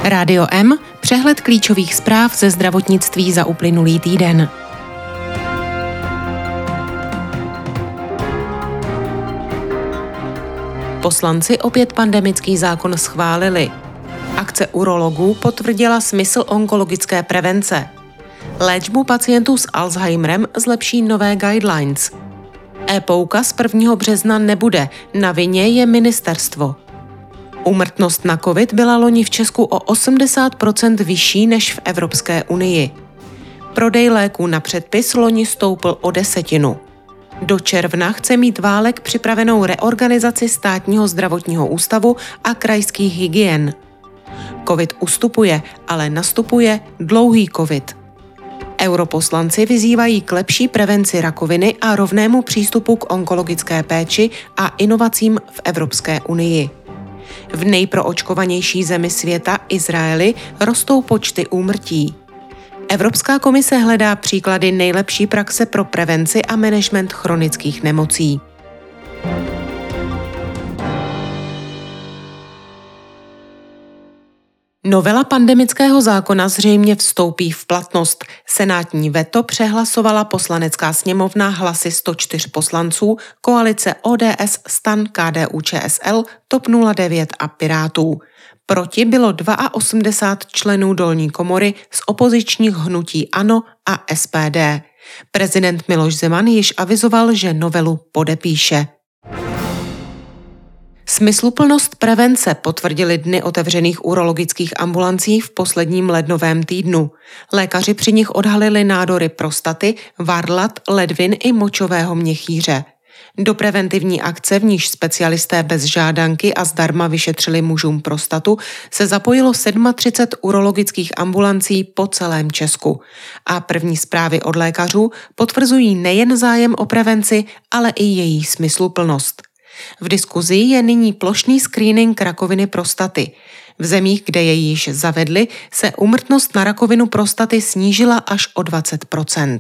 Rádio M, přehled klíčových zpráv ze zdravotnictví za uplynulý týden. Poslanci opět pandemický zákon schválili. Akce urologů potvrdila smysl onkologické prevence. Léčbu pacientů s Alzheimerem zlepší nové guidelines. E-poukaz 1. března nebude, na vině je ministerstvo. Úmrtnost na COVID byla loni v Česku o 80% vyšší než v Evropské unii. Prodej léků na předpis loni stoupl o 10%. Do června chce mít Válek připravenou reorganizaci Státního zdravotního ústavu a krajských hygien. COVID ustupuje, ale nastupuje dlouhý COVID. Europoslanci vyzývají k lepší prevenci rakoviny a rovnému přístupu k onkologické péči a inovacím v Evropské unii. V nejproočkovanější zemi světa, Izraeli, rostou počty úmrtí. Evropská komise hledá příklady nejlepší praxe pro prevenci a management chronických nemocí. Novela pandemického zákona zřejmě vstoupí v platnost. Senátní veto přehlasovala Poslanecká sněmovna hlasy 104 poslanců, koalice ODS, STAN, KDU-ČSL, TOP 09 a Pirátů. Proti bylo 82 členů dolní komory z opozičních hnutí ANO a SPD. Prezident Miloš Zeman již avizoval, že novelu podepíše. Smysluplnost prevence potvrdili dny otevřených urologických ambulancí v posledním lednovém týdnu. Lékaři při nich odhalili nádory prostaty, varlat, ledvin i močového měchýře. Do preventivní akce, v níž specialisté bez žádanky a zdarma vyšetřili mužům prostatu, se zapojilo 37 urologických ambulancí po celém Česku. A první zprávy od lékařů potvrzují nejen zájem o prevenci, ale i její smysluplnost. V diskuzi je nyní plošný screening rakoviny prostaty. V zemích, kde jej již zavedli, se úmrtnost na rakovinu prostaty snížila až o 20%.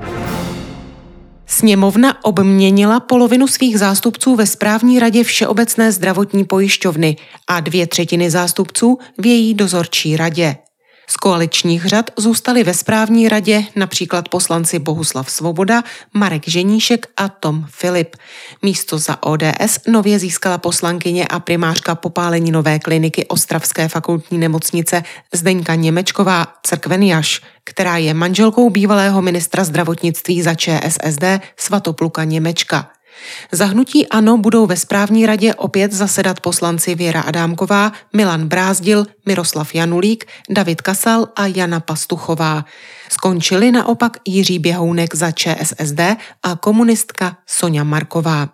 Sněmovna obměnila polovinu svých zástupců ve správní radě Všeobecné zdravotní pojišťovny a 2/3 zástupců v její dozorčí radě. Z koaličních řad zůstali ve správní radě například poslanci Bohuslav Svoboda, Marek Ženíšek a Tom Filip. Místo za ODS nově získala poslankyně a primářka popáleninové kliniky Ostravské fakultní nemocnice Zdeňka Němečková Crkvenjaš, která je manželkou bývalého ministra zdravotnictví za ČSSD Svatopluka Němečka. Za hnutí ANO budou ve správní radě opět zasedat poslanci Věra Adámková, Milan Brázdil, Miroslav Janulík, David Kasal a Jana Pastuchová. Skončili naopak Jiří Běhounek za ČSSD a komunistka Soňa Marková.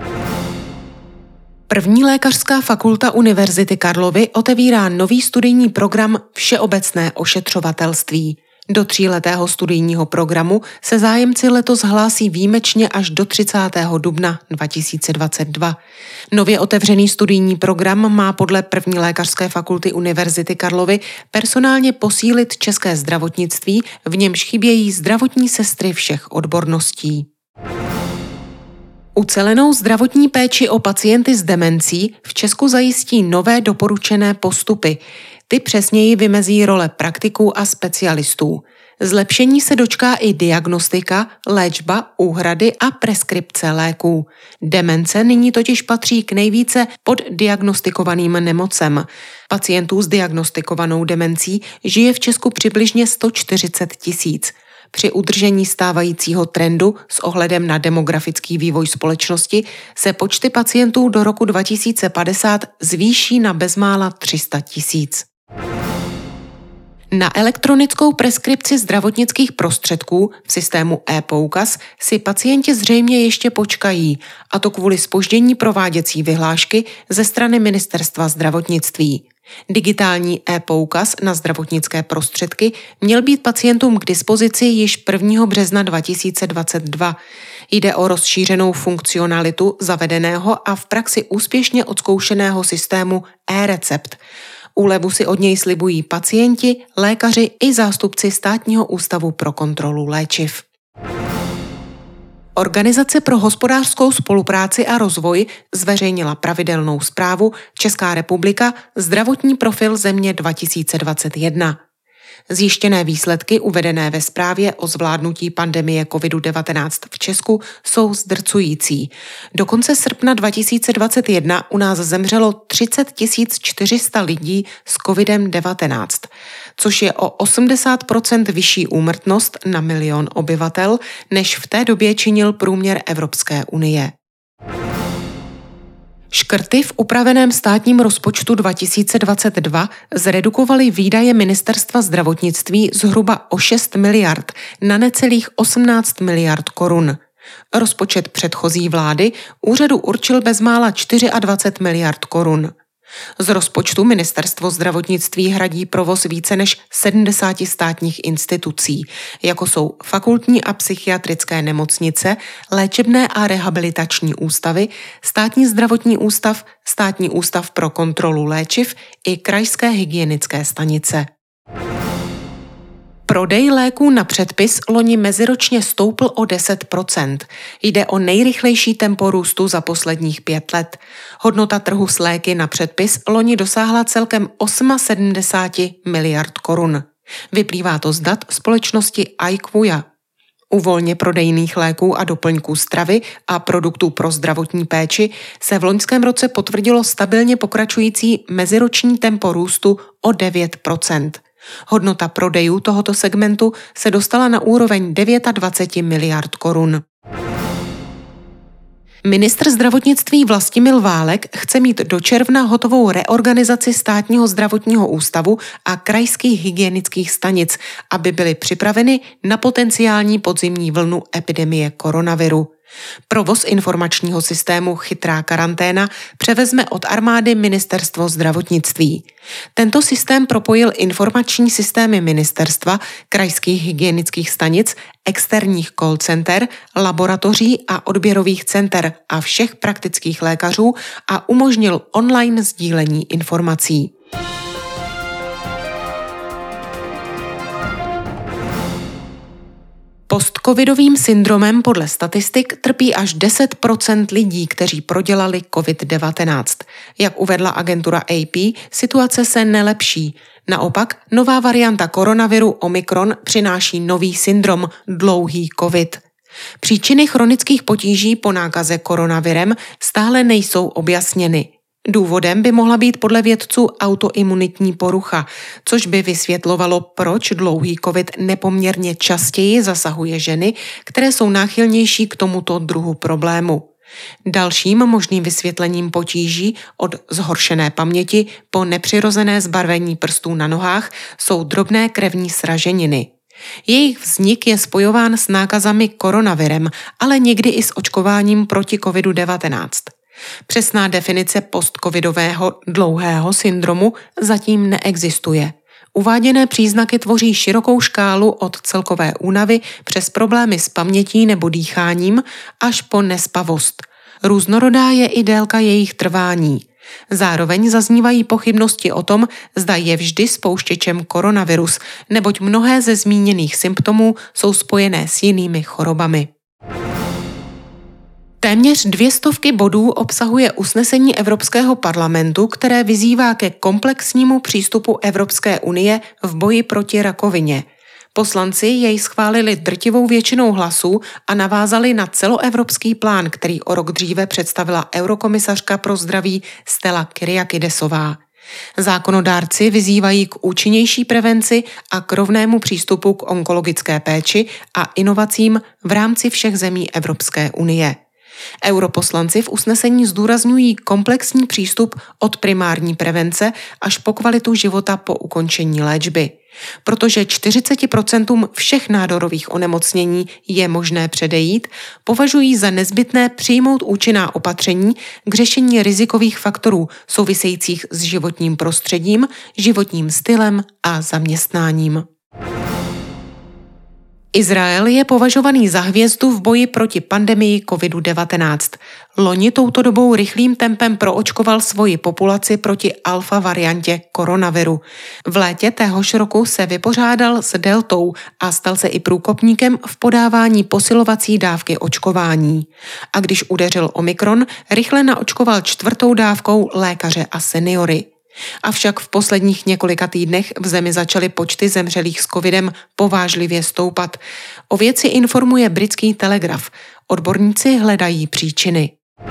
První lékařská fakulta Univerzity Karlovy otevírá nový studijní program Všeobecné ošetřovatelství. Do 3letého studijního programu se zájemci letos hlásí výjimečně až do 30. dubna 2022. Nově otevřený studijní program má podle první lékařské fakulty Univerzity Karlovy personálně posílit české zdravotnictví, v němž chybějí zdravotní sestry všech odborností. Ucelenou zdravotní péči o pacienty s demencí v Česku zajistí nové doporučené postupy. Ty přesněji vymezí role praktiků a specialistů. Zlepšení se dočká i diagnostika, léčba, úhrady a preskripce léků. Demence nyní totiž patří k nejvíce poddiagnostikovaným nemocem. Pacientů s diagnostikovanou demencí žije v Česku přibližně 140 000. Při udržení stávajícího trendu s ohledem na demografický vývoj společnosti se počty pacientů do roku 2050 zvýší na bezmála 300 000. Na elektronickou preskripci zdravotnických prostředků v systému e-poukaz si pacienti zřejmě ještě počkají, a to kvůli zpoždění prováděcí vyhlášky ze strany Ministerstva zdravotnictví. Digitální e-poukaz na zdravotnické prostředky měl být pacientům k dispozici již 1. března 2022. Jde o rozšířenou funkcionalitu zavedeného a v praxi úspěšně odzkoušeného systému e-recept. Úlevu si od něj slibují pacienti, lékaři i zástupci Státního ústavu pro kontrolu léčiv. Organizace pro hospodářskou spolupráci a rozvoj zveřejnila pravidelnou zprávu Česká republika zdravotní profil země 2021. Zjištěné výsledky uvedené ve zprávě o zvládnutí pandemie COVID-19 v Česku jsou zdrcující. Do konce srpna 2021 u nás zemřelo 30 400 lidí s COVID-19, což je o 80% vyšší úmrtnost na milion obyvatel, než v té době činil průměr Evropské unie. Škrty v upraveném státním rozpočtu 2022 zredukovaly výdaje Ministerstva zdravotnictví zhruba o 6 miliard na necelých 18 miliard korun. Rozpočet předchozí vlády úřadu určil bezmála 24 miliard korun. Z rozpočtu Ministerstvo zdravotnictví hradí provoz více než 70 státních institucí, jako jsou fakultní a psychiatrické nemocnice, léčebné a rehabilitační ústavy, státní zdravotní ústav, státní ústav pro kontrolu léčiv i krajské hygienické stanice. Prodej léků na předpis loni meziročně stoupl o 10%. Jde o nejrychlejší tempo růstu za posledních 5 let. Hodnota trhu s léky na předpis loni dosáhla celkem 78 miliard korun. Vyplývá to z dat společnosti IQVIA. U volně prodejných léků a doplňků stravy a produktů pro zdravotní péči se v loňském roce potvrdilo stabilně pokračující meziroční tempo růstu o 9%. Hodnota prodejů tohoto segmentu se dostala na úroveň 29 miliard korun. Ministr zdravotnictví Vlastimil Válek chce mít do června hotovou reorganizaci státního zdravotního ústavu a krajských hygienických stanic, aby byly připraveny na potenciální podzimní vlnu epidemie koronaviru. Provoz informačního systému Chytrá karanténa převezme od armády Ministerstvo zdravotnictví. Tento systém propojil informační systémy ministerstva, krajských hygienických stanic, externích call center, laboratoří a odběrových center a všech praktických lékařů a umožnil online sdílení informací. Postcovidovým syndromem podle statistik trpí až 10% lidí, kteří prodělali COVID-19. Jak uvedla agentura AP, situace se nelepší. Naopak, nová varianta koronaviru Omikron přináší nový syndrom dlouhý COVID. Příčiny chronických potíží po nákaze koronavirem stále nejsou objasněny. Důvodem by mohla být podle vědců autoimunitní porucha, což by vysvětlovalo, proč dlouhý COVID nepoměrně častěji zasahuje ženy, které jsou náchylnější k tomuto druhu problému. Dalším možným vysvětlením potíží od zhoršené paměti po nepřirozené zbarvení prstů na nohách jsou drobné krevní sraženiny. Jejich vznik je spojován s nákazami koronavirem, ale někdy i s očkováním proti COVID-19. Přesná definice postcovidového dlouhého syndromu zatím neexistuje. Uváděné příznaky tvoří širokou škálu od celkové únavy přes problémy s pamětí nebo dýcháním až po nespavost. Různorodá je i délka jejich trvání. Zároveň zaznívají pochybnosti o tom, zda je vždy spouštěčem koronavirus, neboť mnohé ze zmíněných symptomů jsou spojené s jinými chorobami. Téměř 200 bodů obsahuje usnesení Evropského parlamentu, které vyzývá ke komplexnímu přístupu Evropské unie v boji proti rakovině. Poslanci jej schválili drtivou většinou hlasů a navázali na celoevropský plán, který o rok dříve představila eurokomisařka pro zdraví Stella Kyriakidesová. Zákonodárci vyzývají k účinnější prevenci a k rovnému přístupu k onkologické péči a inovacím v rámci všech zemí Evropské unie. Europoslanci v usnesení zdůrazňují komplexní přístup od primární prevence až po kvalitu života po ukončení léčby. Protože 40% všech nádorových onemocnění je možné předejít, považují za nezbytné přijmout účinná opatření k řešení rizikových faktorů souvisejících s životním prostředím, životním stylem a zaměstnáním. Izrael je považovaný za hvězdu v boji proti pandemii COVID-19. Loni touto dobou rychlým tempem proočkoval svoji populaci proti alfa variantě koronaviru. V létě téhož roku se vypořádal s deltou a stal se i průkopníkem v podávání posilovací dávky očkování. A když udeřil Omikron, rychle naočkoval 4. dávkou lékaře a seniory. Avšak v posledních několika týdnech v zemi začaly počty zemřelých s covidem povážlivě stoupat. O věci informuje britský Telegraf. Odborníci hledají příčiny.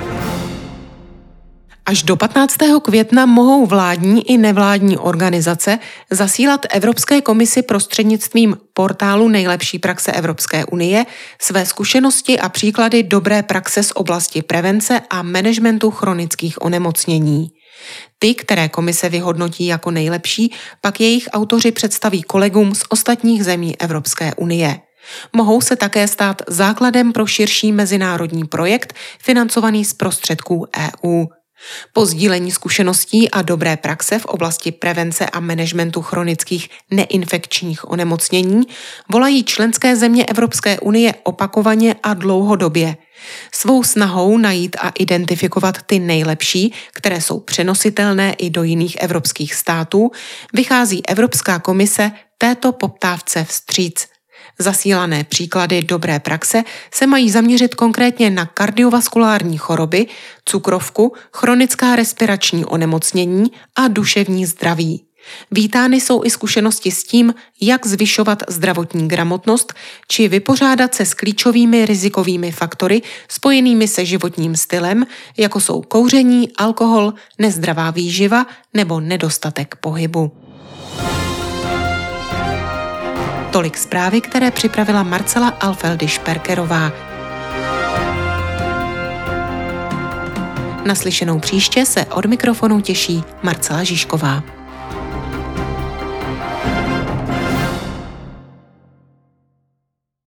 Až do 15. května mohou vládní i nevládní organizace zasílat Evropské komisi prostřednictvím portálu Nejlepší praxe Evropské unie své zkušenosti a příklady dobré praxe z oblasti prevence a managementu chronických onemocnění. Ty, které komise vyhodnotí jako nejlepší, pak jejich autoři představí kolegům z ostatních zemí Evropské unie. Mohou se také stát základem pro širší mezinárodní projekt financovaný z prostředků EU. Po sdílení zkušeností a dobré praxe v oblasti prevence a managementu chronických neinfekčních onemocnění volají členské země Evropské unie opakovaně a dlouhodobě. Svou snahou najít a identifikovat ty nejlepší, které jsou přenositelné i do jiných evropských států, vychází Evropská komise této poptávce vstříc. Zasílané příklady dobré praxe se mají zaměřit konkrétně na kardiovaskulární choroby, cukrovku, chronická respirační onemocnění a duševní zdraví. Vítány jsou i zkušenosti s tím, jak zvyšovat zdravotní gramotnost či vypořádat se s klíčovými rizikovými faktory spojenými se životním stylem, jako jsou kouření, alkohol, nezdravá výživa nebo nedostatek pohybu. Tolik zprávy, které připravila Marcela Alfeldy-Šperkerová. Naslyšenou příště se od mikrofonu těší Marcela Žižková.